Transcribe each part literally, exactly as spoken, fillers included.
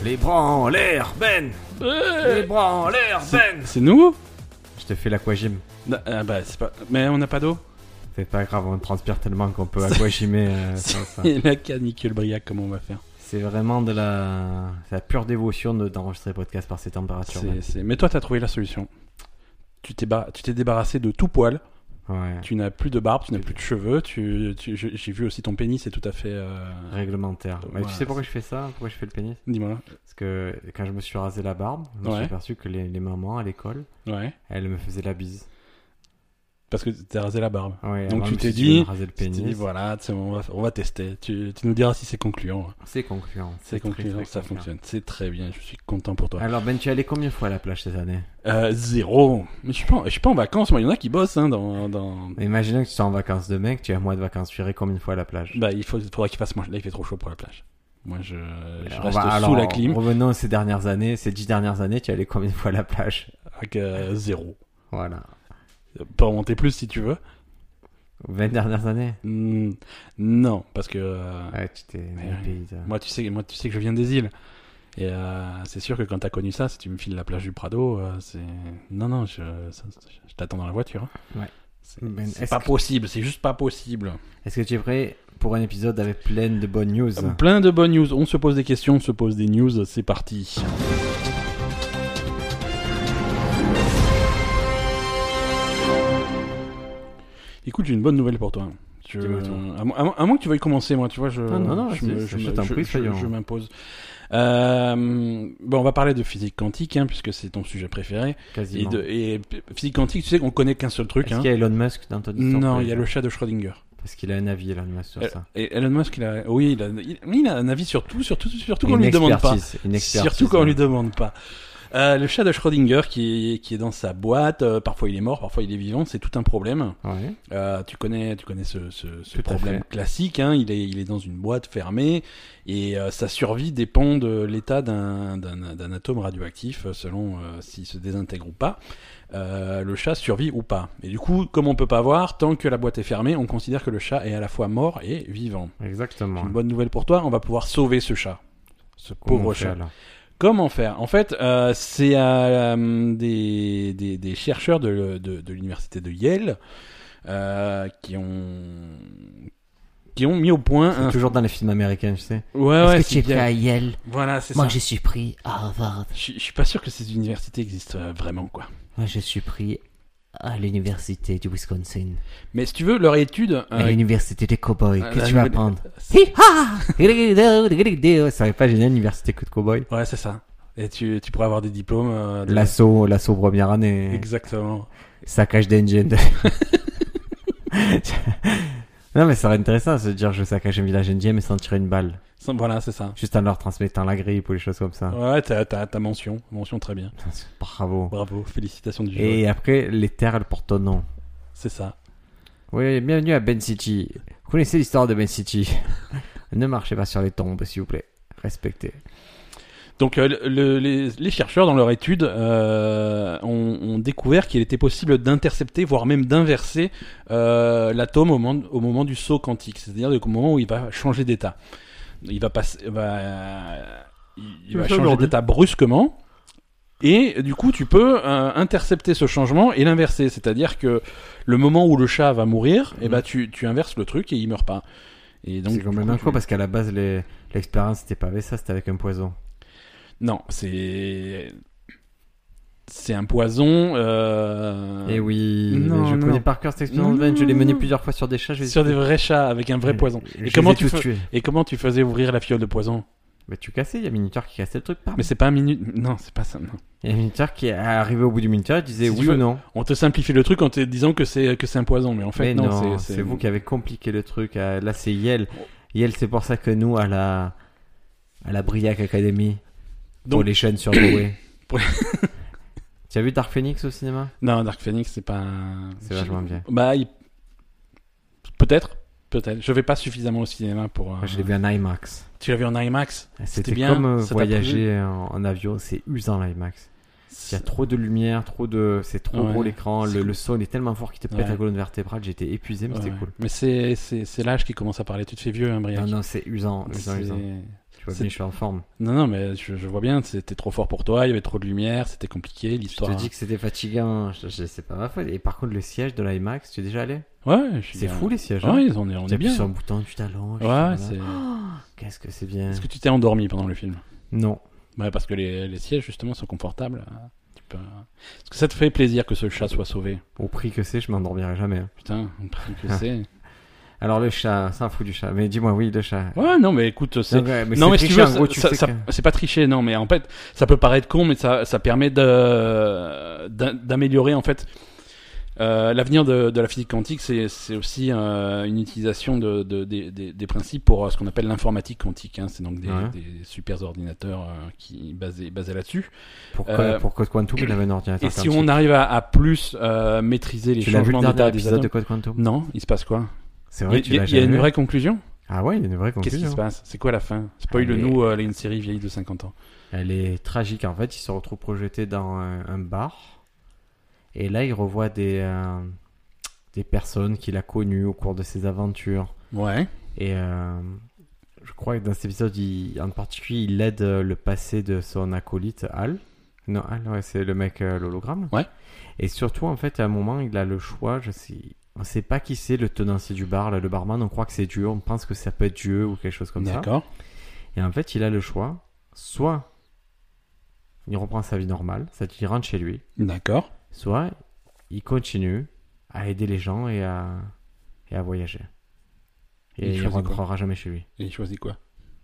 Les bras en l'air, Ben. Ouais. Les bras en l'air, Ben. C'est nous? Je te fais l'aquagym. Ah bah c'est pas... Mais on n'a pas d'eau. C'est pas grave, on transpire tellement qu'on peut aquagymer. Euh, sans ça. C'est la canicule Briac, comment on va faire? C'est vraiment de la... C'est la pure dévotion de, d'enregistrer podcast par ces températures. C'est, c'est... Mais toi t'as trouvé la solution. Tu t'es, bar... tu t'es débarrassé de tout poil. Ouais. Tu n'as plus de barbe, tu n'as plus de cheveux. Tu... Tu... J'ai vu aussi ton pénis, c'est tout à fait... Euh... Réglementaire. Mais Ouais, tu sais pourquoi je fais ça? Pourquoi je fais le pénis? Dis-moi. Parce que quand je me suis rasé la barbe, je me Ouais. suis aperçu que les, les mamans à l'école, Ouais. elles me faisaient la bise. Parce que t'es rasé la barbe. Ouais, Donc alors, tu je me t'es suis dit... me raser le Tu t'es pénis. dit, voilà, tu sais, on, va... on va tester. Tu... tu nous diras si c'est concluant. C'est concluant. C'est très, concluant, très ça concluant. fonctionne. C'est très bien, je suis content pour toi. Alors Ben, tu es allé combien de fois à la plage cette année? Euh, zéro. Mais je suis pas, je suis pas en vacances, moi. Il y en a qui bossent, hein, dans, dans... Imaginons que tu sois en vacances demain, que tu as un mois de vacances. Tu irais combien de fois à la plage? Bah, il faut, faudra qu'il fasse moins. Là, il fait trop chaud pour la plage. Moi, je, je On reste va- sous alors, la clim. Revenons à ces dernières années, ces dix dernières années, tu es allé combien de fois à la plage? Avec euh, zéro. Voilà. Pas remonter plus si tu veux. vingt dernières années? Hmm, non, parce que euh, Ouais, tu t'es dans mais le ouais. pays. toi. moi, tu sais, moi, tu sais que je viens des îles. Et euh, c'est sûr que quand t'as connu ça, si tu me files la plage du Prado, euh, c'est non, non, je, ça- je t'attends dans la voiture. hein. Ouais. C'est, Ben, c'est est-ce pas que- possible. C'est juste pas possible. Est-ce que tu es prêt pour un épisode avec plein de bonnes news? Plein de bonnes news. On se pose des questions, on se pose des news. C'est parti. Écoute, j'ai une bonne nouvelle pour toi. Je... Dis-moi tout. À, mo- à mo- à moins que tu veuilles commencer, moi, tu vois, je, Non, non, non, je, vas-y, me- je- je, je me- t'en je- prie, je- soyons. je m'impose. Euh, bon, on va parler de physique quantique, hein, puisque c'est ton sujet préféré. Et, Quasiment. de, et p- physique quantique, tu sais qu'on connaît qu'un seul truc. Est-ce Hein. qu'il y a Elon Musk dans ton histoire? Non, par il y a exemple le chat de Schrödinger. Parce qu'il a un avis, Elon Musk, sur Euh, ça. Et Elon Musk, il a, oui, il a, il, il a un avis sur tout, surtout, surtout quand on Une lui demande pas. expertise, Une expertise. Surtout quand on ouais. lui demande pas. Euh, le chat de Schrödinger qui est, qui est dans sa boîte, euh, parfois il est mort, parfois il est vivant, c'est tout un problème. Ouais. Euh, tu connais, tu connais ce, ce, ce Tout à problème fait. classique. Hein, il est, il est dans une boîte fermée et euh, sa survie dépend de l'état d'un, d'un, d'un atome radioactif, selon euh, s'il se désintègre ou pas. Euh, le chat survit ou pas. Et du coup, comme on peut pas voir, tant que la boîte est fermée, on considère que le chat est à la fois mort et vivant. Exactement. J'ai une bonne nouvelle pour toi, on va pouvoir sauver ce chat, ce Comment pauvre on fait, chat. alors? Comment faire? En fait, euh, c'est euh, des, des, des chercheurs de, de, de l'université de Yale euh, qui ont qui ont mis au point C'est un... toujours dans les films américains, tu sais. Ouais, Est-ce ouais, que c'est tu es prêt bien. à Yale? Voilà, c'est Moi, ça. je suis pris à Harvard. Je, je suis pas sûr que ces universités existent euh, vraiment, quoi. Moi, je suis pris à l'université du Wisconsin. Mais si tu veux, leur étude... À euh, l'université des cowboys. euh, Qu'est-ce que la tu vas nouvelle- apprendre? c'est- Hi-ha! Ça serait pas génial, l'université que de cowboys? Ouais, c'est ça. Et tu, tu pourrais avoir des diplômes... euh, de- L'assaut, l'assaut première année. Exactement. Saccage d'engine. Non, mais ça serait intéressant de se dire je saccage un village indien mais sans tirer une balle. Ça- Voilà, c'est ça. Juste en leur transmettant la grippe ou les choses comme ça. Ouais, t'as, t'as, t'as mention. Mention très bien. Bravo. Bravo, félicitations du jeu. Et après, les terres, elles portent ton nom. C'est ça. Oui, bienvenue à Ben City. Vous connaissez l'histoire de Ben City? Ne marchez pas sur les tombes, s'il vous plaît. Respectez. Donc euh, le- les, les chercheurs dans leur étude euh, ont, ont découvert qu'il était possible d'intercepter, voire même d'inverser euh, l'atome au moment, au moment du saut quantique, c'est-à-dire au moment où il va changer d'état. Il va passer, va, il, il va Ça, changer aujourd'hui. d'état brusquement, et du coup tu peux euh, intercepter ce changement et l'inverser, c'est-à-dire que le moment où le chat va mourir, Mhm. et ben tu, tu inverses le truc et il meurt pas. Et donc C'est quand même du un coup, quoi tu- parce qu'à la base, les- l'expérience c'était pas avec ça, c'était avec un poison. Non, c'est c'est un poison. Euh... Eh oui, non, mais je non. connais par cœur cette expérience. Non, Ben, je l'ai non, menée non. plusieurs fois sur des chats. Je Sur des vrais chats avec un vrai poison. Et, Et je comment les ai tu tous fais- tués. Et comment tu faisais ouvrir la fiole de poison? Mais tu cassais, il y a un minuteur qui cassait le truc. Pam. Mais c'est pas un minute. Non, c'est pas ça. Non. Il y a un minuteur qui est arrivé au bout du minuteur, il disait Si tu oui veux. ou non. On te simplifie le truc en te disant que c'est que c'est un poison, mais en fait Mais non, non, c'est c'est vous qui avez compliqué le truc. euh, Là, c'est Yale. Yale, c'est pour ça que nous, à la, à la Briac Academy, pour Donc- les chaînes surdouées. Pour- Tu as vu Dark Phoenix au cinéma? Non, Dark Phoenix, c'est pas. un- C'est vachement bien. Bah, il- peut-être, peut-être. Je vais pas suffisamment au cinéma pour. euh, Moi, je l'ai vu en IMAX. Tu l'as vu en IMAX? C'était bien, comme euh, ça t'a voyager en, en avion, c'est usant l'IMAX. Il y a trop de lumière, trop de, c'est trop Ouais, gros l'écran, c'est le, cool. le son il est tellement fort qu'il te pète Ouais. la colonne vertébrale. J'étais épuisé, mais Ouais. c'était cool. Mais c'est, c'est, c'est l'âge qui commence à parler. Tu te fais vieux, hein, Briac. Non, non, c'est usant, usant, C'est- usant. Tu vois c'est- bien, je suis en forme. Non, non, mais je, je vois bien, c'était trop fort pour toi, il y avait trop de lumière, c'était compliqué, Je l'histoire. te dis que c'était fatigant, je, je- c'est pas ma faute. Et par contre, le siège de l'IMAX, tu es déjà allé? Ouais, je suis C'est bien. fou les sièges. Ouais, hein. on est, on Tu est appuies bien. sur un bouton, tu t'allonges. tu Ouais, t'en vas. c'est. Qu'est-ce que c'est bien. Est-ce que tu t'es endormi pendant le film? Non. Ouais, parce que les, les sièges, justement, sont confortables. hein. Tu peux... Est-ce que ça te fait plaisir que ce chat soit sauvé? Au prix que c'est, je m'endormirai jamais. hein. Putain, on prie que c'est. Alors le chat, c'est un fou du chat. Mais dis-moi, oui, le chat. Ouais, non, mais écoute, c'est. Non, ouais, mais non, c'est mais si tu triché, veux, en gros, ça- tu ça- sais ça- que- c'est pas tricher, non, mais en fait, ça peut paraître con, mais ça, ça permet de, d'am- d'améliorer, en fait. Euh, l'avenir de, de la physique quantique, c'est, c'est aussi euh, une utilisation de, de- des- des, des principes pour euh, ce qu'on appelle l'informatique quantique. Hein. C'est donc des, Ouais. des super ordinateurs euh, qui basés, basés là-dessus. Pourquoi, Euh, pour Code Quantum, il avait un ordinateur Et si quantique. on arrive à, à plus euh, maîtriser les Tu l'as vu le changements dernier d'état des épisode atomes, de Code Quantum? non, il se passe quoi? C'est Il vrai, y, tu a- l'as il y a jamais une vu. vraie conclusion? Ah ouais, il y a une vraie Qu'est-ce qui conclusion. se passe? C'est quoi la fin? Spoil-nous euh, une série vieille de cinquante ans. Elle est tragique. En fait, il se retrouve projeté dans un, un bar. Et là, il revoit des, euh, des personnes qu'il a connues au cours de ses aventures. Ouais. Et euh, je crois que dans cet épisode, il- en particulier, il aide euh, le passé de son acolyte, Hal. Non, Hal, ouais, c'est le mec, euh, l'hologramme. Ouais. Et surtout, en fait, à un moment, il a le choix. Je sais, on sait pas qui c'est le tenancier du bar, là, le barman. On croit que c'est Dieu. On pense que ça peut être Dieu ou quelque chose comme ça. D'accord. Et en fait, il a le choix. Soit il reprend sa vie normale, c'est-à-dire qu'il rentre chez lui. D'accord. Soit il continue à aider les gens et à, et à voyager. Et Et il il ne choisit quoi? rentrera jamais chez lui. Et il choisit quoi?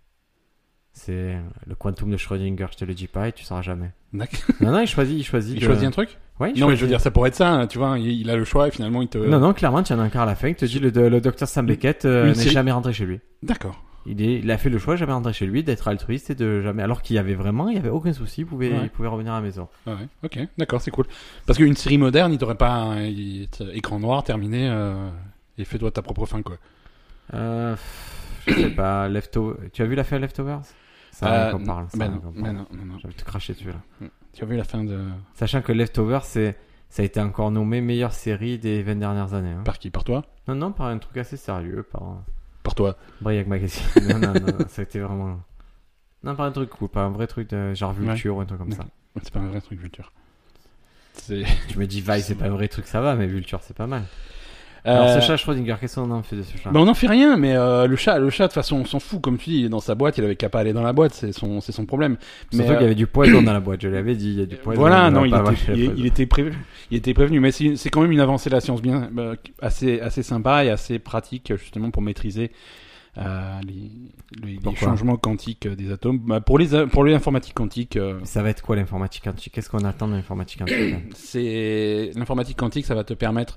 C'est le quantum de Schrödinger, je te le dis pas et tu sauras jamais. D'accord. Non, non, il choisit. Il choisit, Il de- choisit un truc? Ouais, il Non, mais je choisit- veux dire, ça pourrait être ça, hein, tu vois, il, il a le choix et finalement il te... Non, non, clairement, tu en as encore à la fin. Il te dit le, le docteur Sam Beckett euh, Une n'est série- jamais rentré chez lui. D'accord. Il, est, il a fait le choix, jamais rentré chez lui, d'être altruiste et de jamais. Alors qu'il y avait vraiment, il y avait aucun souci, il pouvait, Ouais. il pouvait revenir à la maison. Ah ouais, ok, d'accord, c'est cool. Parce qu'une série moderne, il t'aurait pas un il- écran noir terminé euh, et fais-toi ta propre fin, quoi. Euh, je sais pas, Leftover. Tu as vu la fin Leftovers? Ça Euh, rien qu'on parle. Ça ben rien non, qu'on ben parle. non, non, non. Je vais te cracher dessus là. Tu as vu la fin de... Sachant que Leftovers, c'est, ça a été encore nommé meilleure série des vingt dernières années. Hein. Par qui? Par toi? Non, non, par un truc assez sérieux, par Par toi. Briac Magazine. non, non, non, non, ça a été vraiment. Non, pas un truc cool, pas un vrai truc de genre Vulture ou un truc comme ça. C'est pas un vrai truc, Vulture. C'est... Tu me dis Vice, c'est pas un vrai truc, ça va, mais Vulture, c'est pas mal. Alors, Euh, ce chat Schrödinger, qu'est-ce qu'on en fait de ce chat? Bah on n'en fait rien, mais euh, le chat, le chat de toute façon on s'en fout, comme tu dis, il est dans sa boîte, il avait qu'à pas aller dans la boîte, c'est son, c'est son problème. Surtout Mais, qu'il y euh, avait du poison dans la boîte, je l'avais dit, il y a du poison. voilà, on non, va il pas était, vacher le il, poison. il était prévenu, il était prévenu, mais c'est, c'est quand même une avancée de la science bien, bah, assez, assez sympa et assez pratique justement pour maîtriser euh, les, les, les Pourquoi changements quantiques euh, des atomes. Bah, pour les, pour les informatiques quantiques, euh, Ça va être quoi l'informatique quantique? Qu'est-ce qu'on attend de l'informatique quantique? c'est l'informatique quantique, ça va te permettre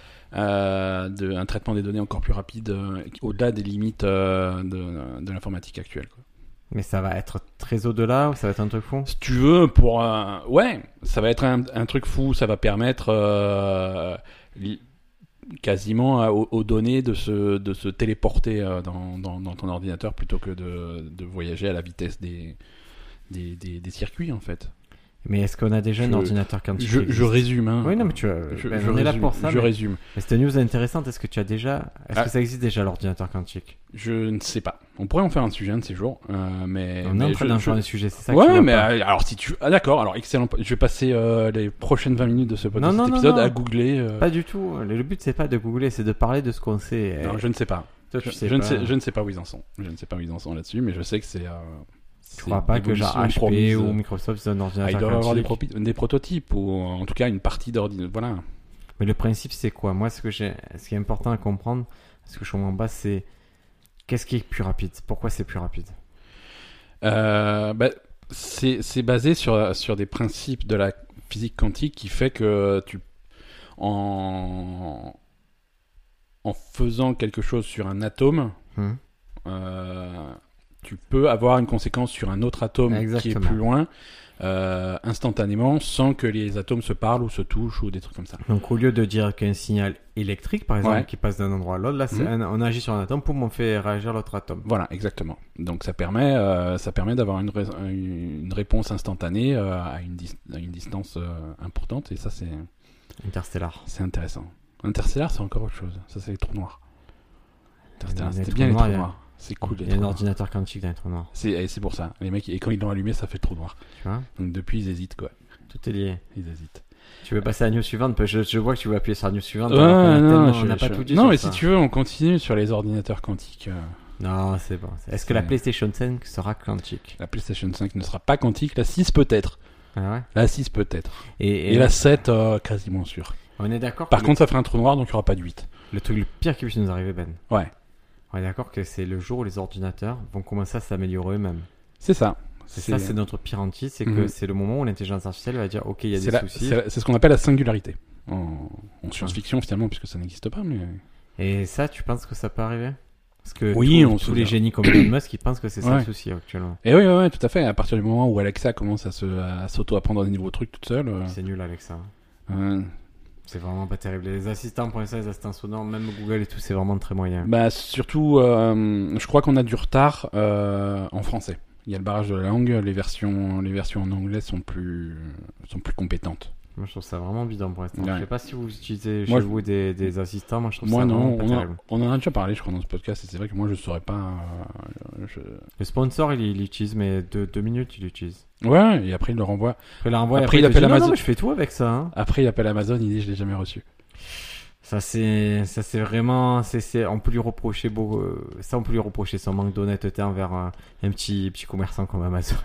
euh, de, un traitement des données encore plus rapide, euh, au-delà des limites euh, de, de l'informatique actuelle, quoi. Mais ça va être très au-delà ou ça va être un truc fou? Si tu veux, pour un... ouais, ça va être un, un truc fou, ça va permettre euh, li- quasiment à- aux, aux données de se, de se téléporter euh, dans, dans, dans ton ordinateur plutôt que de, de voyager à la vitesse des, des, des, des circuits, en fait. Mais est-ce qu'on a déjà un Je- ordinateur quantique? Je, qui je existe résume, hein. Oui, non, mais tu vois, Je, ben, je on est là résume, pour ça. je mais... résume. mais cette news est intéressante. Est-ce que tu as déjà. Est-ce Ah. que ça existe déjà l'ordinateur quantique? Je ne sais pas. On pourrait en faire un sujet un de ces jours, euh, mais... On est mais en train je- d'en je- faire un sujet, c'est ça que tu Ouais, vois mais pas. euh, alors si tu... Ah d'accord, alors excellent. Je vais passer euh, les prochaines vingt minutes de ce podcast, Non, non, cet non, épisode non. à googler. euh, Pas du tout. Le le but, c'est pas de googler, c'est de parler de ce qu'on sait. Non, Eh, je ne sais pas. Toi, Je, tu sais je ne pas. sais, je ne sais pas où ils en sont. Je ne sais pas où ils en sont là-dessus, mais je sais que c'est. Euh, Je crois pas que genre H P ou Microsoft ils ont un Ah, ordinateur ils doivent avoir des, quantique. propi- des prototypes ou en tout cas une partie d'ordinateur. Voilà. Mais le principe, c'est quoi? Moi, ce, que j'ai... ce qui est important à comprendre, ce que je comprends pas, c'est qu'est-ce qui est plus rapide? Pourquoi c'est plus rapide? Euh, bah, c'est, c'est basé sur, sur des principes de la physique quantique qui fait que tu en en faisant quelque chose sur un atome, Hmm. euh, tu peux avoir une conséquence sur un autre atome qui est Exactement. plus loin euh, instantanément sans que les atomes se parlent ou se touchent ou des trucs comme ça. Donc au lieu de dire qu'il y a un signal électrique, par exemple, Ouais. qui passe d'un endroit à l'autre, là, c'est Mhm. un- on agit sur un atome, poum, on fait réagir l'autre atome. Voilà, exactement. Donc ça permet, euh, ça permet d'avoir une, rais- une réponse instantanée euh, à, une dis- à une distance euh, importante, et ça c'est, Interstellar. c'est intéressant. Interstellar, c'est encore autre chose. Ça, c'est les trous noirs. Interstellar, Les c'était trous bien les noirs, trous il y a- noirs. C'est cool. Les Il y a trous un noirs. ordinateur quantique dans les trous noirs, C'est, et c'est pour ça. Les mecs, et quand ils l'ont allumé, ça fait trou noir. tu vois. Donc depuis, ils hésitent, quoi. Tout est lié. Ils hésitent. Tu veux passer à la news suivante? Parce que je, je vois que tu veux appuyer sur la news suivante. Ouais, alors qu'on a non, tellement- je- on n'a pas je- tout dit non sur mais ça. si tu veux, on continue sur les ordinateurs quantiques. euh, Non, c'est bon. Est-ce que C'est- la PlayStation cinq sera quantique? La PlayStation cinq ne sera pas quantique. La six peut-être. Ah ouais. La six peut-être. Et, Et, et la sept, euh, quasiment sûr. on est d'accord. Par que contre, ça ferait un trou noir, donc il n'y aura pas de huit. le, le truc le pire qui puisse nous arriver, Ben. Ouais. On est d'accord que c'est le jour où les ordinateurs vont commencer à s'améliorer eux-mêmes. C'est ça. C'est ça, c'est notre pire hantise, c'est que Mhm. c'est le moment où l'intelligence artificielle va dire, ok, il y a C'est des la- soucis. c'est la- c'est ce qu'on appelle la singularité. En, en science-fiction, finalement, puisque ça n'existe pas. Mais... Et ça, tu penses que ça peut arriver? Parce que Oui, tous, on tous se les dit. génies comme Elon Musk, ils pensent que c'est ça Ouais. le souci actuellement. Et oui, ouais, ouais, tout à fait. À partir du moment où Alexa commence à, se, à s'auto-apprendre des nouveaux trucs toute seule. euh, C'est nul avec ça. euh, C'est vraiment pas terrible. Les assistants, pour l'instant, les assistants sonores, même Google et tout, c'est vraiment très moyen. bah, surtout, euh, je crois qu'on a du retard euh, en français. Il y a le barrage de la langue. Les versions, les versions en anglais sont plus, sont plus compétentes. Moi, je trouve ça vraiment bidon pour l'instant. Ouais. Je sais pas si vous utilisez chez Moi, je- vous des, des assistants. Moi, je trouve Moi, ça non. vraiment pas On, a- terrible. on en a déjà parlé, je crois, dans ce podcast. Et c'est vrai que moi, je saurais pas. euh, je- Le sponsor, il il l'utilise, mais deux, deux minutes, il l'utilise. Ouais, et après, il le renvoie. Après, il renvoie, et Après, après, il te appelle dit, non, Amazon. non, mais je fais tout avec ça. Hein. Après, il appelle Amazon. Il dit, je l'ai jamais reçu. Ça, c'est, ça, c'est vraiment, c'est, c'est, on peut lui reprocher beaucoup, euh, ça, on peut lui reprocher son manque d'honnêteté envers un, un petit, petit commerçant comme Amazon.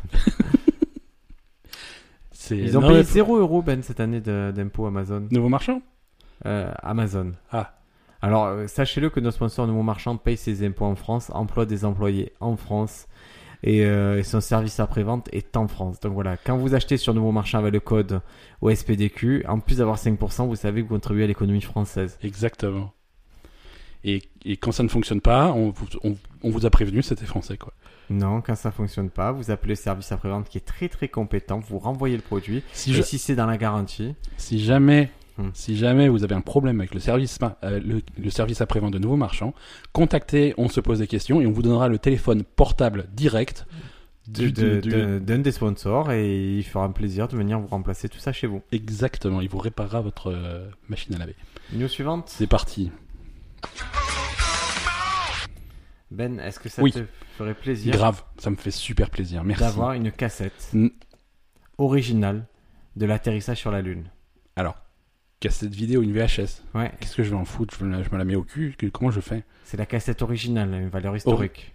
C'est... Ils ont non, payé mais- zéro euro, Ben, cette année de- d'impôt Amazon. Nouveau marchand. Euh, Amazon. Ah. Alors, euh, sachez-le que nos sponsors Nouveau Marchand payent ses impôts en France, emploie des employés en France et, euh, et son service après-vente est en France. Donc voilà, quand vous achetez sur Nouveau Marchand avec le code O S P D Q, en plus d'avoir cinq pour cent, vous savez que vous contribuez à l'économie française. Exactement. Et, et quand ça ne fonctionne pas, on vous, on, on vous a prévenu, c'était français, quoi. Non, quand ça fonctionne pas, vous appelez le service après-vente qui est très très compétent, vous renvoyez le produit Si, et je- si c'est dans la garantie, si jamais, Hmm. si jamais vous avez un problème avec le service, euh, le, le service après-vente de Nouveau Marchand, contactez, on se pose des questions et on vous donnera le téléphone portable direct de- du, de- du- de- d'un des sponsors et il fera un plaisir de venir vous remplacer tout ça chez vous. Exactement, il vous réparera votre euh, machine à laver. News suivante. C'est parti. Ben, est-ce que ça Oui. te ferait plaisir Grave, ça me fait super plaisir. Merci. d'avoir une cassette Mm. originale de l'atterrissage sur la Lune? Alors, cassette vidéo, une V H S. Ouais, Qu'est-ce que je vais en foutre? Je me la, je me la mets au cul. que- Comment je fais? c'est la cassette originale, une valeur historique.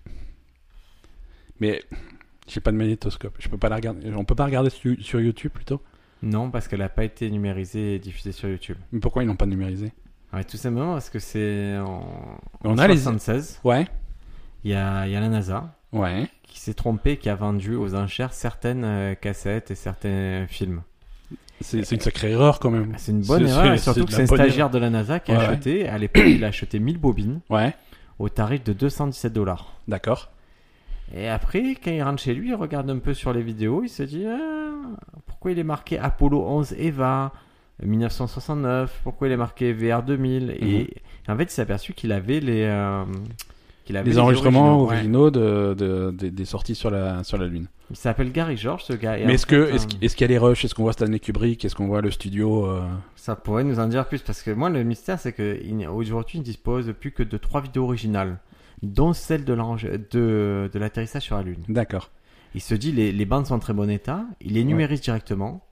Mais j'ai pas de magnétoscope. Je peux pas la regarder. On peut pas regarder sur, sur YouTube plutôt? Non, parce qu'elle n'a pas été numérisée et diffusée sur YouTube. Mais pourquoi ils l'ont pas numérisé? Ouais, tout simplement parce que c'est en, On en a les- soixante-seize. Ouais, Il y a, il y a la NASA ouais. qui s'est trompée, qui a vendu aux enchères certaines euh, cassettes et certains films. C'est c'est une sacrée erreur quand même. C'est une bonne C'est- erreur, et c'est- surtout c'est que de c'est la un bonne stagiaire de la NASA qui a Ouais. acheté, à l'époque, il a acheté mille bobines Ouais, au tarif de deux cent dix-sept dollars. d'accord. Et après, quand il rentre chez lui, il regarde un peu sur les vidéos, il se dit ah, pourquoi il est marqué Apollo onze Eva mille neuf cent soixante-neuf, pourquoi il est marqué V R deux mille. Et en fait, il s'est aperçu qu'il avait les, euh, qu'il avait Les enregistrements originaux, ouais. originaux de, de- de- des sorties sur la, sur la Lune. Il s'appelle Gary George, ce gars. Et Mais en est-ce fait, que euh, est-ce qu'il est-ce qu'il y a les rushs? Est-ce qu'on voit Stanley Kubrick? Est-ce qu'on voit le studio euh, ça pourrait nous en dire plus, parce que moi, le mystère, c'est qu'aujourd'hui, il ne dispose plus que de trois vidéos originales, dont celle de, l'enre- de, de l'atterrissage sur la Lune. D'accord. Il se dit, les, les bandes sont en très bon état, il les numérise directement.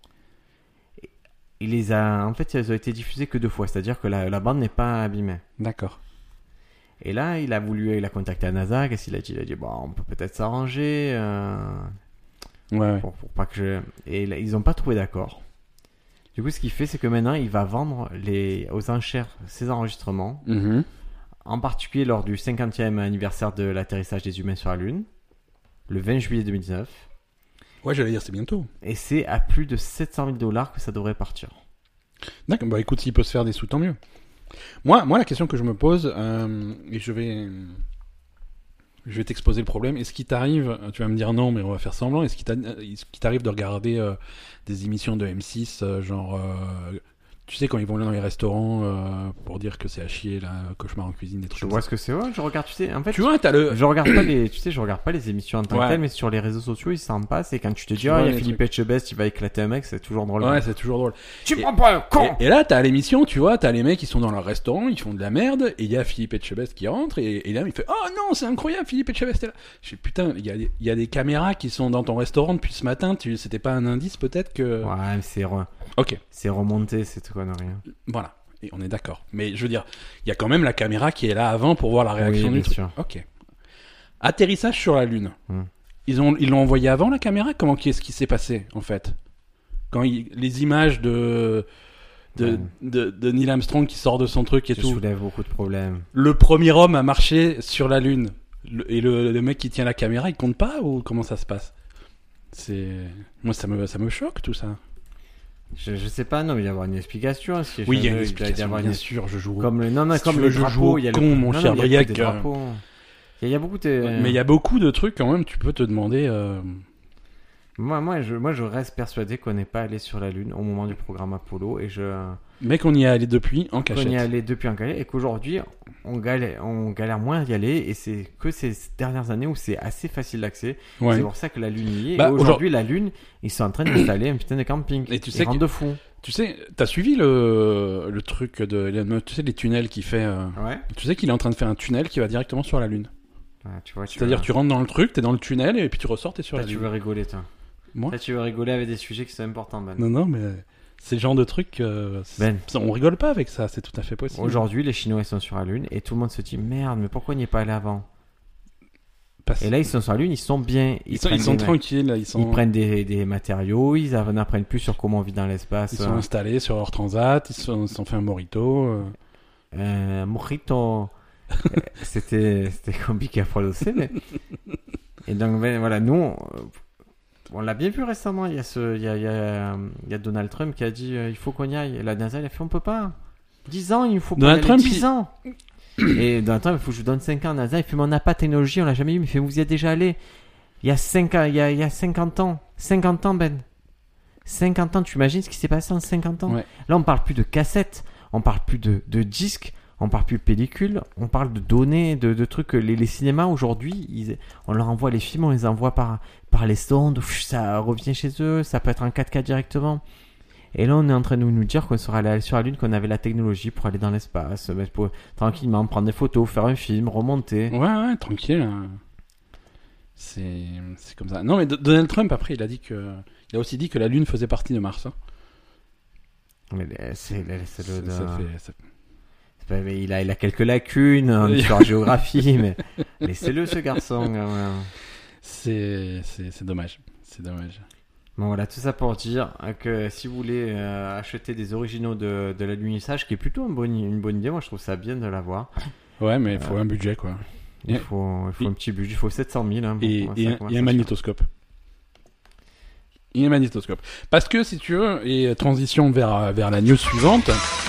Il les a, en fait, elles ont été diffusées que deux fois, c'est-à-dire que la, la bande n'est pas abîmée. D'accord. Et là, il a voulu, il a contacté la NASA, qu'est-ce qu'il a dit? Il a dit, bon, on peut peut-être s'arranger, euh, Ouais, ouais. pour, pour pas que je... Et là, ils n'ont pas trouvé d'accord. Du coup, ce qu'il fait, c'est que maintenant, il va vendre les, aux enchères ces enregistrements, Mhm. en particulier lors du cinquantième anniversaire de l'atterrissage des humains sur la Lune, le vingt juillet deux mille dix-neuf. Ouais, j'allais dire c'est bientôt. Et c'est à plus de sept cent mille dollars que ça devrait partir. D'accord. Bah écoute, s'il peut se faire des sous, tant mieux. Moi, moi, la question que je me pose, euh, et je vais, je vais t'exposer le problème. Est-ce qu'il t'arrive, tu vas me dire non, mais on va faire semblant. Est-ce qu'il t'a- est-ce qu'il t'arrive de regarder euh, des émissions de M six, euh, genre, euh, tu sais, quand ils vont là dans les restaurants euh, pour dire que c'est à chier, là, cauchemar en cuisine, des trucs Je comme vois ça. ce que c'est. Ouais, je regarde, tu sais. En fait, Tu vois, t'as le. je regarde pas les, tu sais, je regarde pas les émissions en tant que Ouais. telles, mais sur les réseaux sociaux, ils s'en passent. Et quand tu te dis, Tu ah, vois il y a les Philippe Etchebest, il va éclater un mec, c'est toujours drôle. Ouais, c'est toujours drôle. Tu me Et- prends pas un con! Et, et là, t'as l'émission, tu vois, t'as les mecs qui sont dans leur restaurant, ils font de la merde, et il y a Philippe Etchebest qui rentre, et, et là, il fait oh non, c'est incroyable, Philippe Etchebest est là. Je fais putain, il y a, des- il y a des caméras qui sont dans ton restaurant depuis ce matin, tu, c'était pas un indice peut-être que. Ouais, mais c'est, re- Ok, c'est remonté, cette connerie. voilà, et on est d'accord. Mais je veux dire, il y a quand même la caméra qui est là avant pour voir la réaction Oui, du bien truc. sûr. Ok. Atterrissage sur la Lune. Hmm. Ils ont, ils l'ont envoyé avant la caméra. Comment qu'est-ce qui s'est passé en fait quand il- les images de de, Ouais. de de Neil Armstrong qui sort de son truc et Ça tout. soulève beaucoup de problèmes. Le premier homme à marcher sur la Lune. Le- et le, le mec qui tient la caméra, il compte pas ou comment ça se passe? C'est moi ça me ça me choque tout ça. Je, je sais pas, non, mais il y avoir une explication. Si Oui, il y a une doit y explication. avoir Bien une- sûr, je joue. Comme le, non, non, Si comme tu le veux, je joue drapeau, au il y a con, le, mon non, cher non, il y a que Briac. des drapeaux. Il y a, il y a beaucoup de. Mais il y a beaucoup de trucs quand même. Tu peux te demander. euh, Moi, moi, je, moi, je reste persuadé qu'on n'est pas allé sur la Lune au moment du programme Apollo et je. Mec, on y est allé depuis en qu'on cachette. y est allé depuis en galère et qu'aujourd'hui on galère, on galère moins à y aller et c'est que ces dernières années où c'est assez facile d'accès. Ouais. C'est pour ça que la Lune y est. Bah, et aujourd'hui, la Lune, ils sont en train d'installer un putain de camping. Et tu Ils sais rendent que- de fou. Tu sais, t'as suivi le le truc de Elon Musk, tu sais les tunnels qu'il fait. euh, Ouais. Tu sais qu'il est en train de faire un tunnel qui va directement sur la Lune. Ouais, tu vois, tu C'est-à-dire vas- tu rentres dans le truc, t'es dans le tunnel et puis tu ressors, t'es sur Là, la tu Lune. veux rigoler, toi. Moi Là, tu veux rigoler avec des sujets qui sont importants, Ben. Non, non, mais c'est le genre de truc. euh, c'est- Ben. On rigole pas avec ça, c'est tout à fait possible. Aujourd'hui, les Chinois ils sont sur la Lune et tout le monde se dit merde, mais pourquoi on n'y est pas allé avant? Parce- Et là, ils sont sur la Lune, ils sont bien. ils sont, ils prennent sont des- tranquilles, là, ils sont, Ils prennent des, des matériaux, ils en apprennent plus sur comment on vit dans l'espace. ils sont installés sur leur transat, ils se sont, ils se sont fait un morito. euh. Euh, mojito. Euh, c'était c'était compliqué à prononcer, mais. Et donc, ben, voilà, nous, on, on l'a bien vu récemment. Il y a, ce, il y a, il y a, euh, il y a Donald Trump qui a dit euh, il faut qu'on y aille. Et la NASA, elle a fait on peut pas. dix ans, il faut pas Donald y aller, Trump, dix il- ans. Et Donald Trump, il faut que je vous donne cinq ans. La NASA, il fait mais on n'a pas de technologie, on l'a jamais eu. Mais il fait vous y êtes déjà allé. Il y a cinq ans, il y a, il y a cinquante ans. cinquante ans, Ben. cinquante ans, tu imagines ce qui s'est passé en cinquante ans? Ouais. Là, on parle plus de cassettes, on parle plus de, de disques, on parle plus de pellicules, on parle de données, de, de trucs. Les, les cinémas aujourd'hui, ils- on leur envoie les films, on les envoie par, par les sondes, pff, ça revient chez eux, ça peut être en quatre K directement. Et là, on est en train de nous dire qu'on serait allé sur la Lune, qu'on avait la technologie pour aller dans l'espace, mettre pour- tranquillement prendre des photos, faire un film, remonter. Ouais, ouais, tranquille. hein. C'est c'est comme ça. Non, mais D- Donald Trump, après, il a dit que. Il a aussi dit que la Lune faisait partie de Mars. hein. Mais les- c'est, les- c'est le- Ça- ça de- fait- ça- c'est pas- mais il, a, il a quelques lacunes en Oui. histoire-géographie, mais laissez-le ce garçon. quand même. C'est c'est- c'est dommage. C'est dommage. Bon voilà, tout ça pour dire que si vous voulez euh, acheter des originaux de, de l'alunissage, qui est plutôt une bonne, une bonne idée, moi je trouve ça bien de l'avoir. Ouais, mais il faut un budget, quoi. Il Et- faut, il faut et- un petit budget, il faut sept cent mille. Hein, bon, Et, ça et un, commence et à un cher. magnétoscope. Et un magnétoscope. Parce que, si tu veux, et transition vers, vers la news suivante,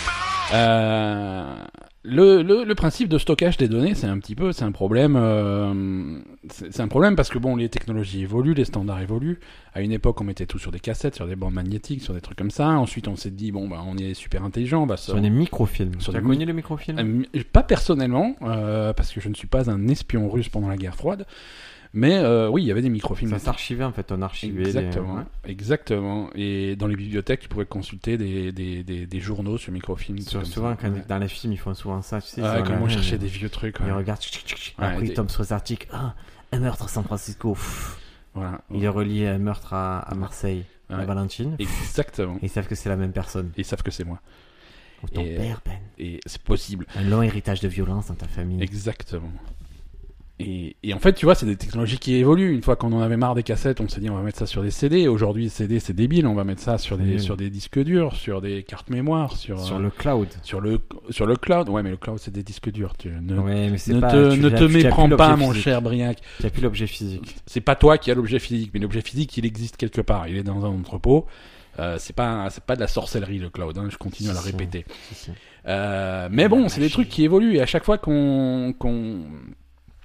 euh, le, le, le principe de stockage des données, c'est un petit peu, c'est un problème, euh, c'est c'est un problème parce que bon, les technologies évoluent, les standards évoluent. À une époque, on mettait tout sur des cassettes, sur des bandes magnétiques, sur des trucs comme ça. Ensuite, on s'est dit, bon, bah, on est super intelligent, on va se... Sur des microfilms. Sur tu as des connu le microfilm Euh, pas personnellement, euh, parce que je ne suis pas un espion russe pendant la guerre froide, mais euh, oui, il y avait des microfilms. Ça s'archivait en fait, on archivait. Exactement, les- ouais. exactement. Et dans les bibliothèques, tu pouvais consulter des, des, des, des journaux sur microfilm. Sur- comme souvent, ça. quand, Ouais. dans les films, ils font souvent ça. Tu sais, Ah, ils ont quand la on main, cherchait ils- des vieux trucs. Ils ouais. regardent, tchic, tchic, tchic, Ouais, après des- ils tombent sur les articles. Ah, un meurtre à San Francisco. Pff. Voilà. Il est relié à un meurtre à, à Marseille, à Ouais. Valentine. Exactement. Et ils savent que c'est la même personne. Et ils savent que c'est moi. Ou ton Et- père, Ben. Et c'est possible. Un long héritage de violence dans ta famille. Exactement. Et, et en fait, tu vois, c'est des technologies qui évoluent. Une fois qu'on en avait marre des cassettes, on s'est dit on va mettre ça sur des C D. Aujourd'hui, C D, c'est débile. On va mettre ça sur des, Oui. sur des disques durs, sur des cartes mémoire, sur, Sur euh, le cloud. sur le sur le cloud. Ouais, mais le cloud, c'est des disques durs. Tu, ne Ouais, mais c'est ne pas. te, tu- ne tu- te tu as plus méprends pas, l'objet mon physique. cher Briac. Tu n'as plus l'objet physique. C'est pas toi qui as l'objet physique, mais l'objet physique, il existe quelque part. Il est dans un entrepôt. Euh, c'est pas c'est pas de la sorcellerie le cloud. Hein, je continue à le Si, si. répéter. Si, si. Euh, mais bon, c'est des trucs qui évoluent et à chaque fois qu'on qu'on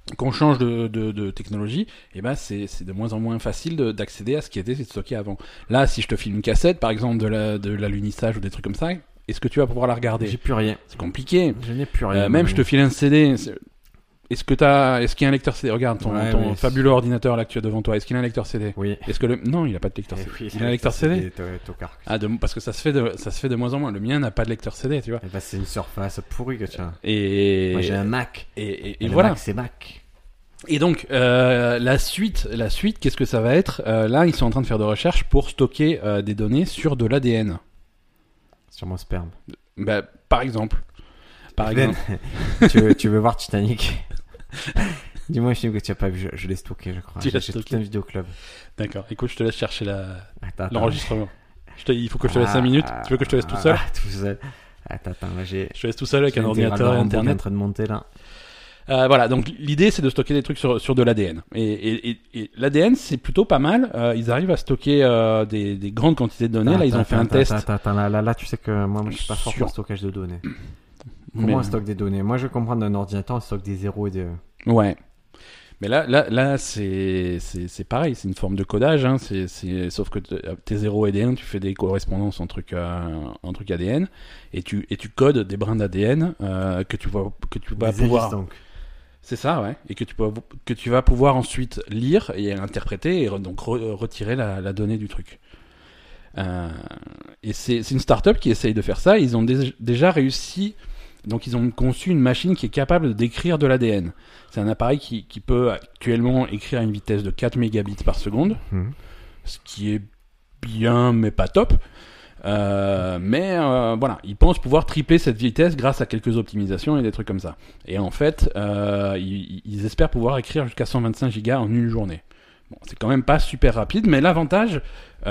qu'on change de, de, de technologie, et ben c'est, c'est de moins en moins facile de, d'accéder à ce qui était stocké avant. Là, si je te file une cassette, par exemple, de, la, de l'alunissage ou des trucs comme ça, est-ce que tu vas pouvoir la regarder ? J'ai plus rien. C'est compliqué. Je n'ai plus rien. Euh, même je te file un C D. Est-ce que t'as, est-ce qu'il y a un lecteur C D ? Regarde ton, Ouais, ton fabuleux ordinateur là que tu as devant toi. Est-ce qu'il a un lecteur C D ? Oui. Est-ce que le, non, il a pas de lecteur Eh C D. oui, il a un lecteur C D ? T- Tocard. Ah, de, parce que ça se fait de, ça se fait de moins en moins. Le mien n'a pas de lecteur C D, tu vois. Eh ben, c'est une surface pourrie que tu as. Et Moi, j'ai un Mac. et, et, et Et le voilà. Mac, c'est Mac. Et donc euh, la suite, la suite, qu'est-ce que ça va être ? euh, Là, ils sont en train de faire des recherches pour stocker euh, des données sur de l'A D N. Sur mon sperme. Bah, par exemple. Par Ben, exemple. tu, veux, tu veux voir Titanic ? Dis-moi un film que tu n'as pas vu. Je, je l'ai stocké, je crois. Tu J'ai, l'as j'ai stocké. tout un vidéoclub. D'accord. Écoute, je te laisse chercher la, Attends, attends. l'enregistrement. Je te, il faut que je te laisse Ah, cinq minutes. Tu veux que je te laisse tout seul ? ah, Tout seul. Attends, attends. Là, j'ai. Je te laisse tout seul avec j'ai un l'intégrale ordinateur de et Rambo qui est en internet. train de monter là. Euh, voilà, donc l'idée c'est de stocker des trucs sur, sur de l'A D N. Et, et, et, et l'A D N c'est plutôt pas mal. Euh, ils arrivent à stocker euh, des, des grandes quantités de données. Attends, Là, ils ont attends, fait un attends, test. Attends, attends, là, là, là, tu sais que moi, moi je suis pas fort Sur- pour le stockage de données. Comment Mais- on stocke des données ? Moi, je comprends d'un ordinateur, on stocke des zéros et des un. Ouais. Mais là, là, là, c'est, c'est, c'est pareil, c'est une forme de codage, hein. C'est, c'est, sauf que t- tes zéro et des un, tu fais des correspondances en truc, euh, en truc A D N, et tu, et tu codes des brins d'A D N euh, que tu vas, que tu vas Des hélices, pouvoir. donc. C'est ça, ouais. Et que tu peux, que tu vas pouvoir ensuite lire et interpréter et re- donc re- retirer la, la donnée du truc. Euh, et c'est, c'est une start-up qui essaye de faire ça. Ils ont dé- déjà réussi. Donc ils ont conçu une machine qui est capable d'écrire de l'A D N. C'est un appareil qui, qui peut actuellement écrire à une vitesse de quatre mégabits par seconde, Mhm. ce qui est bien mais pas top. Euh, mais euh, voilà, ils pensent pouvoir tripler cette vitesse grâce à quelques optimisations et des trucs comme ça. Et en fait, euh, ils, ils espèrent pouvoir écrire jusqu'à cent vingt-cinq gigas en une journée. Bon, c'est quand même pas super rapide, mais l'avantage,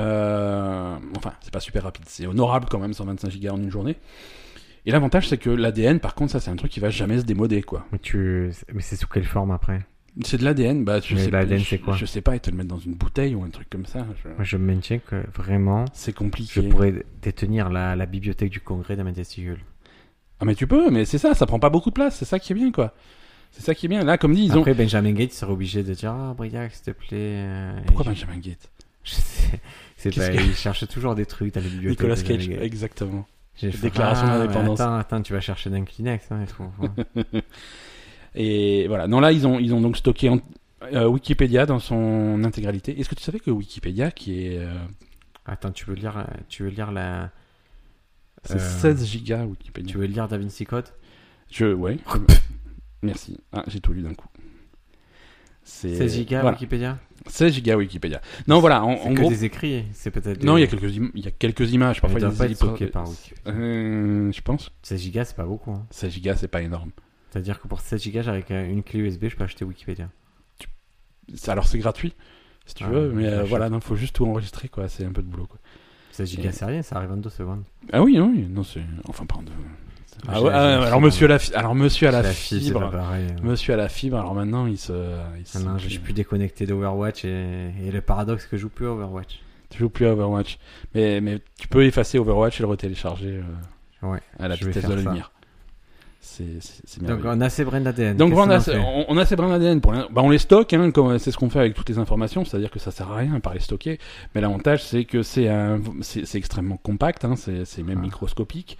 euh, enfin, c'est pas super rapide, c'est honorable quand même, cent vingt-cinq gigas en une journée. Et l'avantage, c'est que l'A D N, par contre, ça, c'est un truc qui va jamais se démoder, quoi. Mais, tu... Mais c'est sous quelle forme après ? C'est de l'A D N, bah, je Mais sais l'A D N, je- c'est quoi ? Je sais pas, ils te le mettent dans une bouteille ou un truc comme ça. je- Moi, je maintiens que vraiment, C'est je compliqué. pourrais détenir la, la bibliothèque du Congrès dans mes testicules. Ah, mais tu peux, mais c'est ça, ça prend pas beaucoup de place, c'est ça qui est bien, quoi. C'est ça qui est bien. Là, comme dit, ils ont. Après, Benjamin Gates serait obligé de dire Ah, Briac, s'il te plaît. euh, Pourquoi je... Benjamin Gates Je sais. C'est Qu'est-ce pas... que- Il cherche toujours des trucs dans les bibliothèques. Nicolas Benjamin Cage, Gates. exactement. J'ai fait, Déclaration ah, d'indépendance. mais Attends, attends, tu vas chercher d'un Kleenex. Hein, il faut... faut- Et voilà. Non, là, ils ont, ils ont donc stocké en- euh, Wikipédia dans son intégralité. Est-ce que tu savais que Wikipédia, qui est. euh, Attends, tu veux lire, tu veux lire la. c'est Euh, seize gigas Wikipédia. Tu veux lire Da Vinci Code ? Je. Ouais. Merci. Ah, j'ai tout lu d'un coup. C'est... seize gigas voilà. Wikipédia ? seize gigas Wikipédia. Non, voilà, en, C'est en que gros. des écrits, c'est peut-être. Non, il y a des- quelques, im- il y a quelques images. Parfois, Mais il y a ils doivent des pas être hypo- stockés par Wikipédia. Euh, je pense. seize gigas, c'est pas beaucoup. Hein. seize gigas, c'est pas énorme. C'est-à-dire que pour sept gigas, avec euh, une clé U S B, je peux acheter Wikipédia. C'est- Alors, c'est gratuit, si tu Ah, veux, mais euh, j'achète. voilà, non, faut juste tout enregistrer, quoi. C'est un peu de boulot, quoi. seize gigas, Et- c'est rien, ça arrive en deux secondes. Ah oui, oui, non, c'est. Enfin, pardon. Ah J'ai- ouais, j'ai ah, la alors, fibre, monsieur, moi. la fi- alors, monsieur à la, La fibre, c'est pas fibre. pareil. hein. Monsieur à la fibre, alors maintenant, il se. Il se Ah non, je suis plus déconnecté d'Overwatch et, et le paradoxe que je joue plus à Overwatch. Tu joues plus à Overwatch. Mais, mais tu peux effacer Overwatch et le retélécharger euh, Ouais. à la je vais vitesse de faire la ça. lumière. C'est, c'est, c'est Donc merveilleux. on a ces brins d'A D N. Donc Qu'est-ce voilà, on, a, qu'on en fait on, on a ces brins d'A D N. Pour l'in- bah, on les stocke, hein, comme, c'est ce qu'on fait avec toutes les informations, c'est-à-dire que ça sert à rien par les stocker. Mais l'avantage, c'est que c'est, un, c'est, c'est extrêmement compact, hein, c'est, c'est même Ah. microscopique.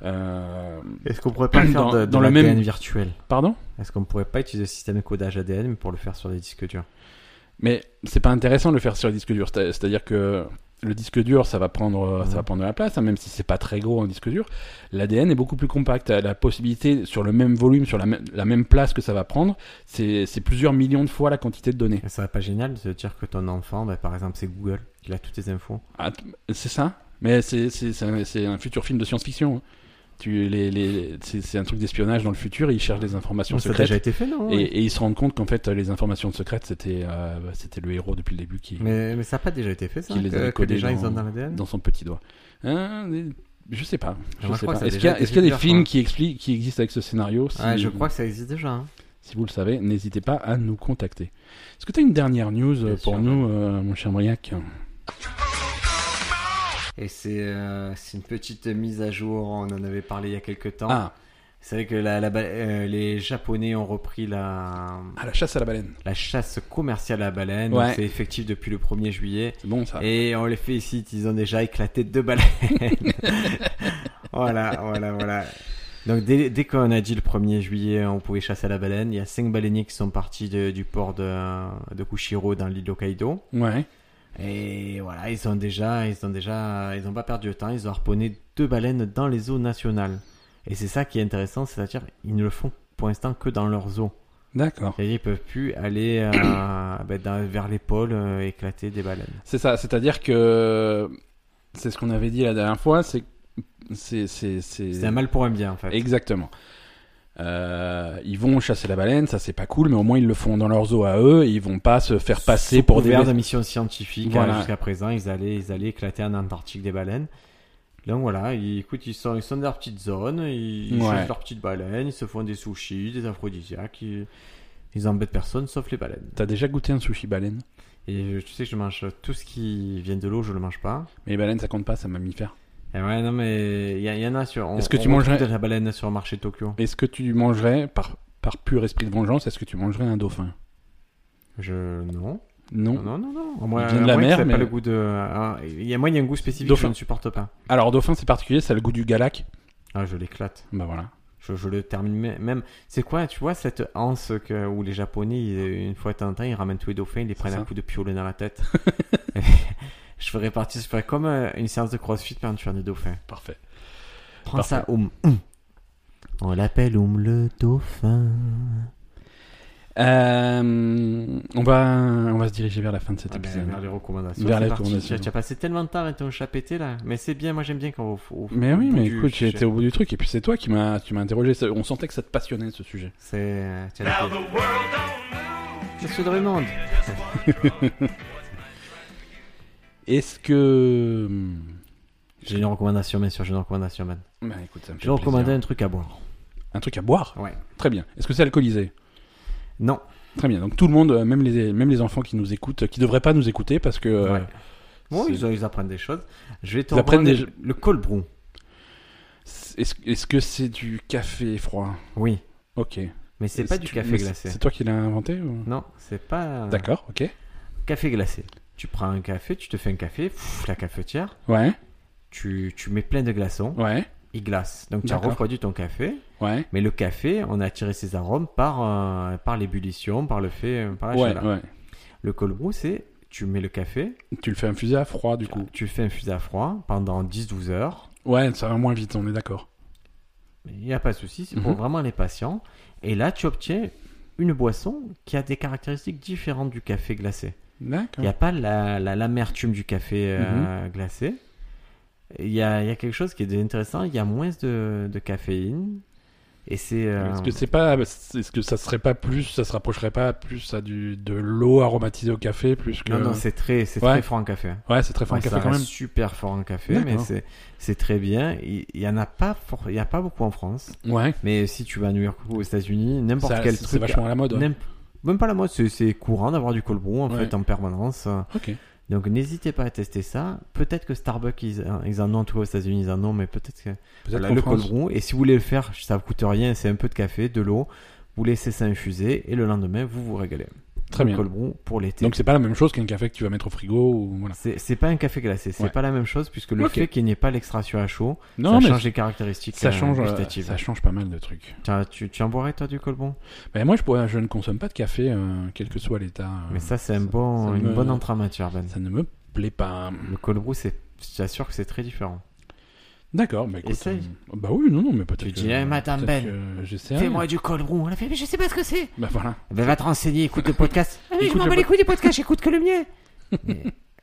Euh, Est-ce qu'on pourrait pas le faire dans- de, de dans le l'A D N même- virtuel? Pardon ? Est-ce qu'on pourrait pas utiliser le système de codage A D N mais pour le faire sur des disques durs? Mais c'est pas intéressant de le faire sur le disque dur. C'est- C'est-à-dire que le disque dur, ça va prendre, Mhm. ça va prendre de la place, hein, même si c'est pas très gros un disque dur. L'A D N est beaucoup plus compact. La possibilité sur le même volume, sur la, même- la même place que ça va prendre, c'est, c'est plusieurs millions de fois la quantité de données. Et ça serait pas génial de se dire que ton enfant, bah, par exemple, c'est Google, il a toutes tes infos. Ah, t- c'est ça. Mais c'est, c'est, c'est, un, c'est un futur film de science-fiction. hein. Tu, les, les, c'est, c'est un truc d'espionnage dans le futur. Ils cherchent des informations Ça a secrètes. déjà été fait, non? Et, et ils se rendent compte qu'en fait, les informations secrètes, c'était, euh, bah, c'était le héros depuis le début qui, Mais, mais ça n'a pas déjà été fait, ça? qui les que, avait que les codés gens ils dans- ont dans l'A D N? dans son petit doigt. Hein, mais je sais pas. Je Moi, je sais crois pas. que ça a Est-ce qu'il y déjà a, été est-ce qu'il y a des fait films plusieurs qui, expliquent, qui existent avec ce scénario si, Ouais, je crois que ça existe déjà. Hein. si vous le savez, n'hésitez pas à nous contacter. Est-ce que tu as une dernière news Bien pour sûr. nous, euh, mon cher Briac ? Et c'est euh, c'est une petite mise à jour, on en avait parlé il y a quelques temps. Ah, C'est vrai que la, la, ba- euh, les Japonais ont repris la, Ah, la chasse à la baleine. la chasse commerciale à la baleine. Ouais. Donc c'est effectif depuis le premier juillet. C'est bon ça. Et on les félicite, ils ont déjà éclaté deux baleines. Voilà, voilà, voilà. Donc dès, dès qu'on a dit le premier juillet, on pouvait chasser à la baleine, il y a cinq baleiniers qui sont partis de- du port de, de Kushiro dans l'île d'Hokkaido. Ouais. Et voilà, ils ont déjà, ils ont déjà, ils ont pas perdu de temps, ils ont harponné deux baleines dans les eaux nationales. Et c'est ça qui est intéressant, c'est-à-dire ils ne le font pour l'instant que dans leurs eaux. D'accord. C'est-à-dire ils peuvent plus aller euh, ben, dans- vers les pôles euh, éclater des baleines. C'est ça, c'est-à-dire que c'est ce qu'on avait dit la dernière fois, c'est c'est c'est c'est C'est un mal pour un bien en fait. exactement. Euh, ils vont chasser la baleine, ça c'est pas cool, mais au moins ils le font dans leurs eaux à eux, et ils vont pas se faire passer Sous pour des couvert de missions scientifiques. Voilà. euh, Jusqu'à présent, ils allaient, ils allaient éclater en Antarctique des baleines. Donc voilà, ils, écoute, ils sont, ils sont dans leur petite zone, ils, ils Ouais. chassent leurs petites baleines, ils se font des sushis, des aphrodisiaques, ils, ils embêtent personne sauf les baleines. T'as déjà goûté un sushi baleine? Et je- tu sais que je mange tout ce qui vient de l'eau, je le mange pas. Mais les baleines ça compte pas, c'est un mammifère. Et ouais, non mais il y, a- il y en a sur. on- Est-ce que on tu retrouve mangerais- de la baleine sur le marché de Tokyo? Est-ce que tu mangerais, par, par pur esprit de vengeance, est-ce que tu mangerais un dauphin? Je non. Non. Non, non, non, non. Moi, vient de la moi, mer, c'est mais- pas le goût de. ah, il y a moi, il y a un goût spécifique Dauphin. que je ne supporte pas. Alors dauphin c'est particulier, ça a le goût du galac. Ah, je l'éclate. Bah voilà. Je, je le termine mê- même. C'est quoi, tu vois, cette anse que, où les Japonais, ils- une fois de temps en temps, ils ramènent tous les dauphins, ils les prennent ça. un coup de piolet dans la tête. Je ferais partie, je ferais comme euh, une séance de crossfit pour tuer des dauphins. Parfait. Prends Parfait. ça, Oum. Oum. On l'appelle Oum le dauphin. Euh, on va on va se diriger vers la fin de cet Ah ben, épisode. vers les recommandations. Vers c'est les parti. recommandations. Tu as- tu as passé tellement de temps avec ton chat pété là. Mais c'est bien, moi j'aime bien quand au, au- Mais au oui, bout mais du écoute, j'ai sujet. été au bout du truc, et puis c'est toi qui m'as tu m'as interrogé. Ça- On sentait que ça te passionnait ce sujet. C'est. euh, tu as la clé. Monsieur Drummond. Est-ce que J'ai une recommandation, bien sûr, j'ai une recommandation, man. bah écoute, ça me fait Je vais recommander plaisir. un truc à boire. Un truc à boire. Ouais. Très bien. Est-ce que c'est alcoolisé? Non. Très bien. Donc tout le monde, euh, même les même les enfants qui nous écoutent, euh, qui devraient pas nous écouter parce que euh, Ouais. Bon, c'est- ils, ils apprennent des choses. Je vais te Ils apprennent recommander des- le cold brew. est-ce est-ce que c'est du café froid? Oui. Ok. Mais c'est Et pas du tu- café mais glacé. C'est toi qui l'as inventé ou... Non, c'est pas. D'accord. Ok. Café glacé. Tu prends un café, tu te fais un café, pff, la cafetière, Ouais. tu, tu mets plein de glaçons, Ouais. il glace. Donc tu as D'accord. refroidi ton café, Ouais. mais le café, on a attiré ses arômes par, euh, par l'ébullition, par le fait, euh, par la Ouais. chaleur. Ouais. Le cold brew, c'est tu mets le café, Tu le fais infuser à froid du coup. tu le fais infuser à froid pendant dix douze heures. Ouais, ça va moins vite, on est d'accord. Il n'y a pas de souci, c'est pour Mhm. vraiment les patients. Et là, tu obtiens une boisson qui a des caractéristiques différentes du café glacé. Il D'accord. n'y a pas la, la- l'amertume du café euh, glacé. Il y a, il y a quelque chose qui est intéressant, il y a moins de, de caféine. Et c'est. euh, Est-ce que c'est pas, est-ce que ça serait pas plus, ça se rapprocherait pas plus à du de l'eau aromatisée au café plus que. Non, non, c'est très, c'est Ouais. très fort en café. Ouais, c'est très fort Ouais, en café ça quand reste même. super fort en café, D'accord. mais c'est, c'est très bien. Il il y en a pas, for- il y a pas beaucoup en France. Ouais. Mais si tu vas à New York ou aux États-Unis, n'importe Ça- quel c'est truc. vachement à la mode. Ouais. n'imp- Même pas la mode, c'est, c'est courant d'avoir du cold brew en Ouais. fait en permanence. Ok. Donc n'hésitez pas à tester ça. Peut-être que Starbucks ils, ils en ont, en tout cas aux États-Unis ils en ont, mais peut-être que Peut-être voilà, qu'en le France- cold brew. Et si vous voulez le faire, ça vous coûte rien, c'est un peu de café, de l'eau. Vous laissez ça infuser et le lendemain vous vous régalez. Très Le bien. cold brew pour l'été. Donc c'est pas la même chose qu'un café que tu vas mettre au frigo ou voilà. C'est, c'est pas un café glacé, c'est Ouais. pas la même chose puisque le Ok. fait qu'il n'y ait pas l'extraction à chaud, Non, ça mais change les caractéristiques ça euh, change, euh, gustatives. ça change pas mal de trucs. Tiens, tu, tu en boirais toi du cold brew? Mais moi, je, pourrais, je ne consomme pas de café, euh, quel que soit l'état. euh, Mais ça c'est un bon, ça une me- bonne entrée en matière, Ben. Ça ne me plaît pas. Le cold brew, c'est, je t'assure que c'est très différent. D'accord, bah écoute. Essaye. euh, bah oui, non, non, mais peut-être. Tu que- dis, eh, Madame peut-être Ben, que j'essaierai. Fais-moi du cold brew. On a fait, mais je sais pas ce que c'est. Bah voilà. Ben va te renseigner, écoute le podcast. Ah, mais je Écoute m'en le bats po- les couilles des podcasts, j'écoute que le mien. Mais-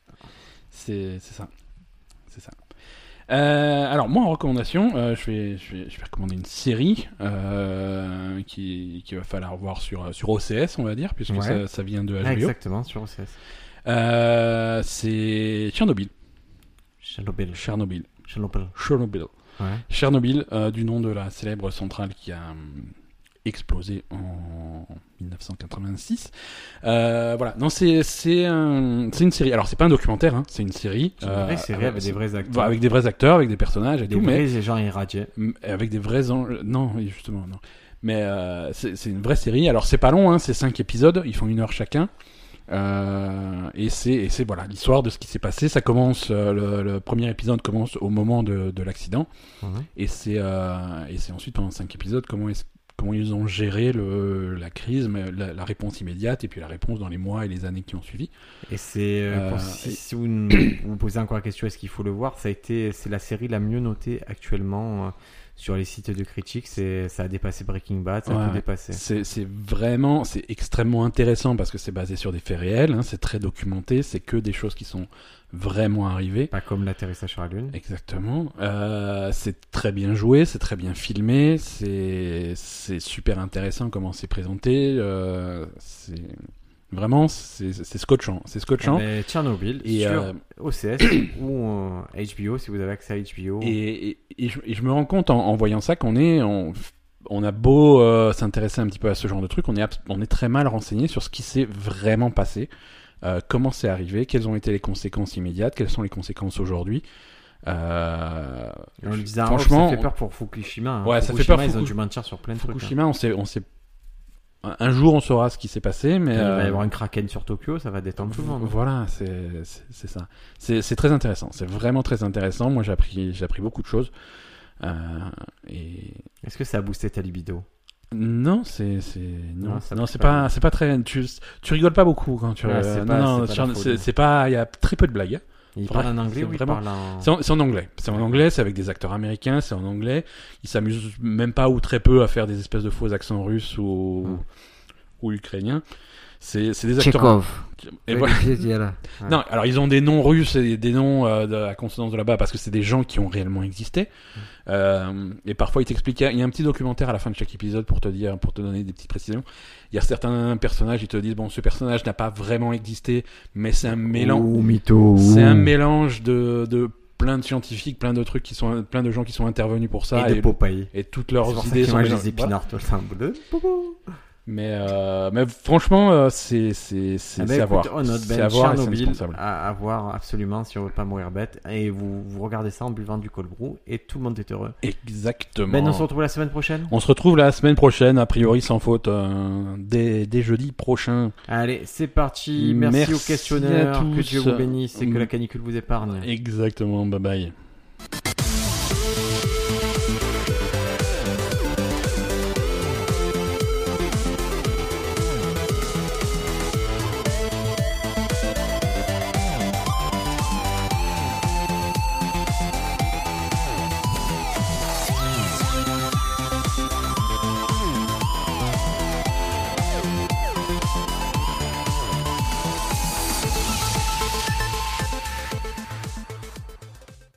C'est c'est ça. C'est ça. Euh, alors moi en recommandation, euh, je, vais, je, vais, je vais recommander une série euh, qui, qui va falloir voir sur, sur O C S, on va dire, puisque Ouais. ça, ça vient de Ah, H B O. exactement, sur O C S. Euh, c'est Tchernobyl. Chernobyl. Chernobyl. Chernobyl. Chernobyl. Ouais. Chernobyl, euh, du nom de la célèbre centrale qui a hum, explosé en dix-neuf cent quatre-vingt-six. Euh, voilà, non, c'est c'est un, c'est une série. Alors c'est pas un documentaire, hein, c'est une série. C'est une vraie série avec des vrais acteurs. Avec des vrais acteurs, avec des personnages et des tout, vrais mais gens irradiés. avec des vrais enjeux. Non, justement, non. Mais euh, c'est, c'est une vraie série. Alors c'est pas long, hein, c'est cinq épisodes, ils font une heure chacun. Euh, et c'est et c'est voilà l'histoire de ce qui s'est passé. Ça commence euh, le, le premier épisode commence au moment de, de l'accident, Mmh. et c'est euh, et c'est ensuite pendant cinq épisodes comment est comment ils ont géré le la crise, mais la, la réponse immédiate et puis la réponse dans les mois et les années qui ont suivi. Et c'est euh, pour- Euh, si, et- si vous vous vous posez encore la question, est-ce qu'il faut le voir? Ça a été, c'est la série la mieux notée actuellement euh, sur les sites de critiques. C'est, ça a dépassé Breaking Bad, ça a Ouais, tout ouais. dépassé. C'est, c'est vraiment, c'est extrêmement intéressant parce que c'est basé sur des faits réels, hein, c'est très documenté, c'est que des choses qui sont vraiment arrivées. Pas comme l'atterrissage sur la Lune. Exactement. Euh, c'est très bien joué, c'est très bien filmé, c'est, c'est super intéressant comment c'est présenté. Euh, c'est vraiment, c'est, c'est scotchant, c'est scotchant. Mais Tchernobyl Et, sur euh, O C S ou euh, H B O si vous avez accès à H B O. Et, et, et je, et je me rends compte en, en voyant ça qu'on est, on, on a beau euh, s'intéresser un petit peu à ce genre de truc, on est, abs- on est très mal renseigné sur ce qui s'est vraiment passé, euh, comment c'est arrivé, quelles ont été les conséquences immédiates, quelles sont les conséquences aujourd'hui. Euh, Et on le disait, franchement, ça fait peur pour Fukushima. hein. Ouais, ça fait Fukushima, peur, ils ont Fuku- dû mentir sur plein de trucs. hein. Fukushima, on sait, on sait, un un jour on saura ce qui s'est passé, mais Il va y euh, avoir une Kraken sur Tokyo, ça va détendre tout le monde. voilà, c'est, c'est, c'est ça. C'est, c'est très intéressant, c'est vraiment très intéressant. Moi, j'ai appris, j'ai appris beaucoup de choses. Euh, et Est-ce que ça a boosté ta libido? non, c'est, c'est, non, Non, ça non, peut c'est pas. pas, c'est pas très, tu, tu rigoles pas beaucoup quand tu, Ouais, euh, c'est non, pas- non, c'est pas sur- la c'est, folie. c'est pas, il y a très peu de blagues. Il Vrai, parle en anglais c'est ou il vraiment- parle en... C'est en, c'est en anglais, c'est en anglais, c'est avec des acteurs américains, c'est en anglais. Ils s'amusent même pas ou très peu à faire des espèces de faux accents russes ou, Mm. ou ukrainiens. C'est, c'est des acteurs. Tchekhov. Et voilà. Voilà. Ouais. Non, alors ils ont des noms russes et des noms euh, de la consonance de là-bas parce que c'est des gens qui ont réellement existé. Euh, et parfois ils t'expliquent. Il y a un petit documentaire à la fin de chaque épisode pour te dire, pour te donner des petites précisions. Il y a certains personnages, ils te disent bon, ce personnage n'a pas vraiment existé, mais c'est un mélange. Ouh, mytho. C'est un ouh. mélange de, de plein de scientifiques, plein de trucs qui sont, plein de gens qui sont intervenus pour ça et de Popeye. et toutes C'est leurs pour ça idées qu'ils sont mangent mélangées. des épinards tout le temps. Bleu. Mais euh, mais franchement, euh, c'est c'est c'est Ah ben, c'est à écoute, voir. on note C'est Ben à voir et c'est Tchernobyl indispensable. à, à voir absolument si on veut pas mourir bête. Et vous, vous regardez ça en buvant du cold brew et tout le monde est heureux. Exactement. Ben, on se retrouve la semaine prochaine. On se retrouve la semaine prochaine, a priori sans faute, euh, dès, dès jeudi prochain. Allez, c'est parti. Merci, Merci aux questionneurs. à tous. Que Dieu vous bénisse et que la canicule vous épargne. Exactement, bye bye.